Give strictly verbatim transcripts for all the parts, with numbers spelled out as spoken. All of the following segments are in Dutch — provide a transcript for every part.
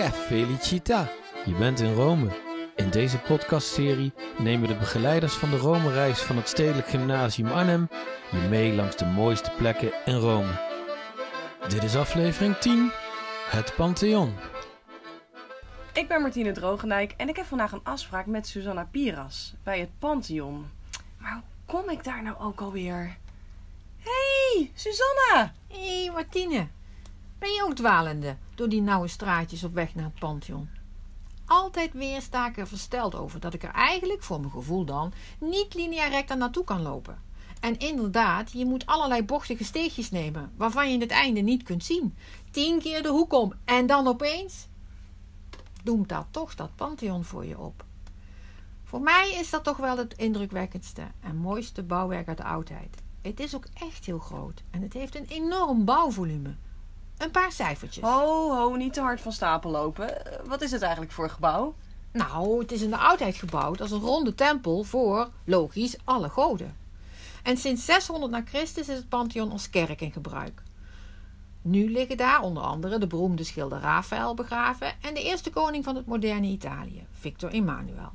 Che felicita! Je bent in Rome. In deze podcastserie nemen de begeleiders van de Rome-reis van het Stedelijk Gymnasium Arnhem je mee langs de mooiste plekken in Rome. Dit is aflevering tien, het Pantheon. Ik ben Martine Drogendijk en ik heb vandaag een afspraak met Susanna Piras bij het Pantheon. Maar hoe kom ik daar nou ook alweer? Hey, Susanna! Hé hey, Martine, ben je ook dwalende door die nauwe straatjes op weg naar het Pantheon? Altijd weer sta ik er versteld over dat ik er eigenlijk, voor mijn gevoel dan, niet lineair recht aan naartoe kan lopen. En inderdaad, je moet allerlei bochtige steegjes nemen, waarvan je het einde niet kunt zien. Tien keer de hoek om en dan opeens doemt daar toch dat Pantheon voor je op. Voor mij is dat toch wel het indrukwekkendste en mooiste bouwwerk uit de oudheid. Het is ook echt heel groot en het heeft een enorm bouwvolume. Een paar cijfertjes. Ho, ho, niet te hard van stapel lopen. Wat is het eigenlijk voor gebouw? Nou, het is in de oudheid gebouwd als een ronde tempel voor, logisch, alle goden. En sinds zeshonderd na Christus is het Pantheon als kerk in gebruik. Nu liggen daar onder andere de beroemde schilder Raphaël begraven en de eerste koning van het moderne Italië, Victor Emmanuel.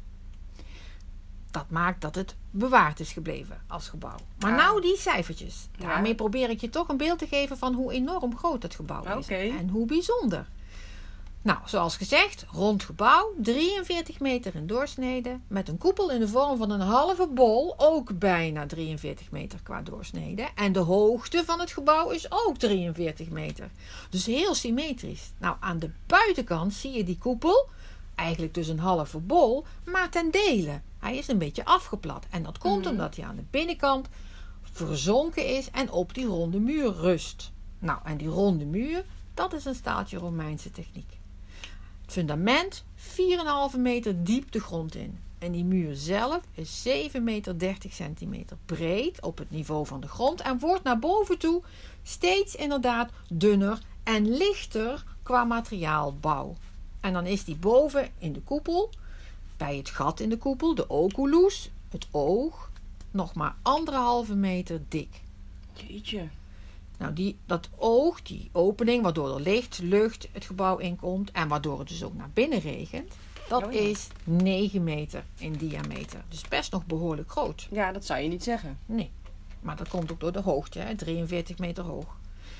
Dat maakt dat het bewaard is gebleven als gebouw. Maar ja. nou die cijfertjes. Ja. Daarmee probeer ik je toch een beeld te geven van hoe enorm groot het gebouw is. Okay. En hoe bijzonder. Nou, zoals gezegd, rond gebouw, drieënveertig meter in doorsnede, met een koepel in de vorm van een halve bol, ook bijna drieënveertig meter qua doorsnede. En de hoogte van het gebouw is ook drieënveertig meter. Dus heel symmetrisch. Nou, aan de buitenkant zie je die koepel, eigenlijk dus een halve bol, maar ten dele. Hij is een beetje afgeplat. En dat komt mm. omdat hij aan de binnenkant verzonken is en op die ronde muur rust. Nou, en die ronde muur, dat is een staaltje Romeinse techniek. Het fundament, vier komma vijf meter diep de grond in. En die muur zelf is zeven meter dertig centimeter breed op het niveau van de grond. En wordt naar boven toe steeds inderdaad dunner en lichter qua materiaalbouw. En dan is die boven in de koepel, bij het gat in de koepel, de oculus, het oog, nog maar anderhalve meter dik. Jeetje. Nou, die, dat oog, die opening, waardoor er licht, lucht het gebouw inkomt en waardoor het dus ook naar binnen regent, dat oh ja. is negen meter in diameter. Dus best nog behoorlijk groot. Ja, dat zou je niet zeggen. Nee, maar dat komt ook door de hoogte, hè, drieënveertig meter hoog.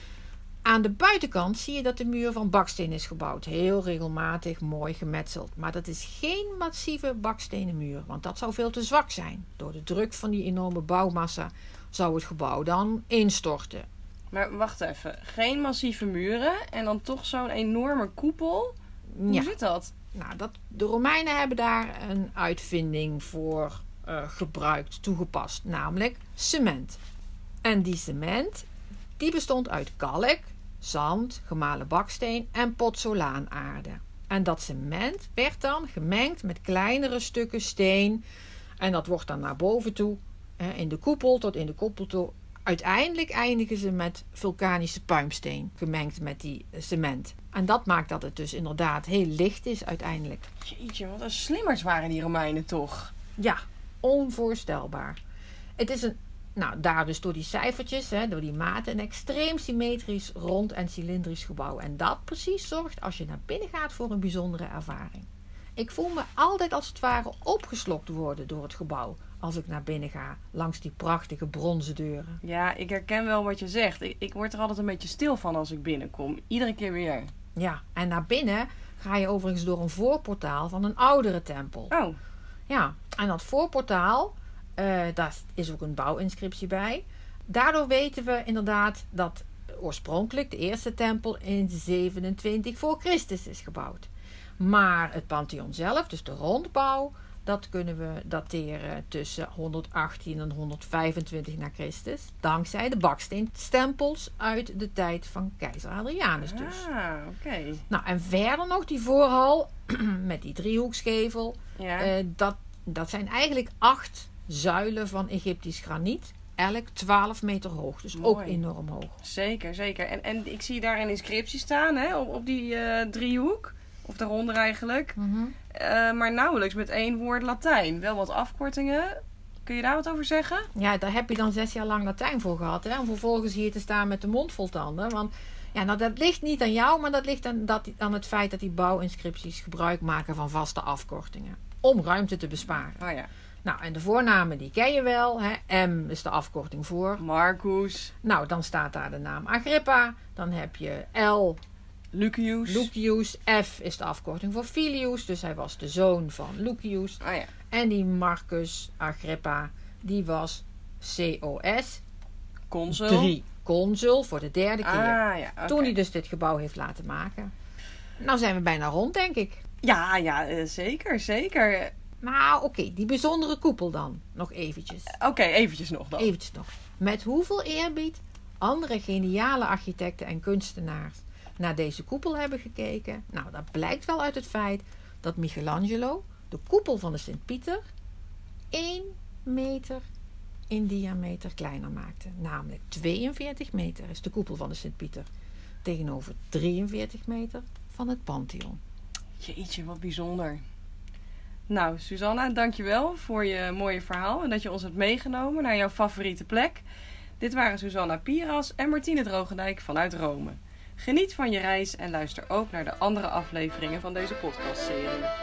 Aan de buitenkant zie je dat de muur van baksteen is gebouwd. Heel regelmatig, mooi gemetseld. Maar dat is geen massieve bakstenen muur, want dat zou veel te zwak zijn. Door de druk van die enorme bouwmassa zou het gebouw dan instorten. Maar wacht even, geen massieve muren en dan toch zo'n enorme koepel? Hoe ja. zit dat? Nou, dat, de Romeinen hebben daar een uitvinding voor uh, gebruikt, toegepast, namelijk cement. En die cement, die bestond uit kalk, zand, gemalen baksteen en pozzolaanaarde. En dat cement werd dan gemengd met kleinere stukken steen en dat wordt dan naar boven toe, uh, in de koepel tot in de koepel toe. Uiteindelijk eindigen ze met vulkanische puimsteen, gemengd met die cement. En dat maakt dat het dus inderdaad heel licht is uiteindelijk. Jeetje, wat een slimmers waren die Romeinen toch? Ja, onvoorstelbaar. Het is een, nou daar dus door die cijfertjes, hè, door die maten, een extreem symmetrisch, rond en cilindrisch gebouw. En dat precies zorgt als je naar binnen gaat voor een bijzondere ervaring. Ik voel me altijd als het ware opgeslokt worden door het gebouw. Als ik naar binnen ga, langs die prachtige bronzen deuren. Ja, ik herken wel wat je zegt. Ik, ik word er altijd een beetje stil van als ik binnenkom. Iedere keer weer. Ja, en naar binnen ga je overigens door een voorportaal van een oudere tempel. Oh. Ja, en dat voorportaal, uh, daar is ook een bouwinscriptie bij. Daardoor weten we inderdaad dat oorspronkelijk de eerste tempel in zevenentwintig voor Christus is gebouwd. Maar het Pantheon zelf, dus de rondbouw, dat kunnen we dateren tussen honderdachttien en honderdvijfentwintig na Christus. Dankzij de baksteenstempels uit de tijd van keizer Hadrianus dus. Ah, oké. Okay. Nou, en verder nog die voorhal met die driehoeksgevel. Ja. Uh, dat, dat zijn eigenlijk acht zuilen van Egyptisch graniet. Elk twaalf meter hoog. Dus Mooi. Ook enorm hoog. Zeker, zeker. En, en ik zie daar een inscriptie staan, hè, op, op die uh, driehoek. Of daaronder eigenlijk. Mm-hmm. Uh, maar nauwelijks met één woord Latijn. Wel wat afkortingen. Kun je daar wat over zeggen? Ja, daar heb je dan zes jaar lang Latijn voor gehad. Hè? Om vervolgens hier te staan met de mond vol tanden. Want ja, nou, dat ligt niet aan jou, maar dat ligt aan, dat, aan het feit dat die bouwinscripties gebruik maken van vaste afkortingen. Om ruimte te besparen. Oh ja. Nou, en de voornamen die ken je wel. Hè? M is de afkorting voor. Marcus. Nou, dan staat daar de naam Agrippa. Dan heb je L, Lucius. Lucius. F is de afkorting voor Filius. Dus hij was de zoon van Lucius. Oh ja. En die Marcus Agrippa, die was C O S Consul. drie. Consul voor de derde keer. Ah ja, oké. Toen hij dus dit gebouw heeft laten maken. Nou zijn we bijna rond, denk ik. Ja, ja, eh, zeker, zeker. Nou, oké, die bijzondere koepel dan. Nog eventjes. Oké, eventjes nog dan. Eventjes nog. Met hoeveel eerbied andere geniale architecten en kunstenaars naar deze koepel hebben gekeken. Nou, dat blijkt wel uit het feit dat Michelangelo de koepel van de Sint-Pieter één meter in diameter kleiner maakte. Namelijk tweeënveertig meter is de koepel van de Sint-Pieter. Tegenover drieënveertig meter van het Pantheon. Jeetje, wat bijzonder. Nou, Susanna, dankjewel voor je mooie verhaal en dat je ons hebt meegenomen naar jouw favoriete plek. Dit waren Susanna Pieras en Martine Drogendijk vanuit Rome. Geniet van je reis en luister ook naar de andere afleveringen van deze podcastserie.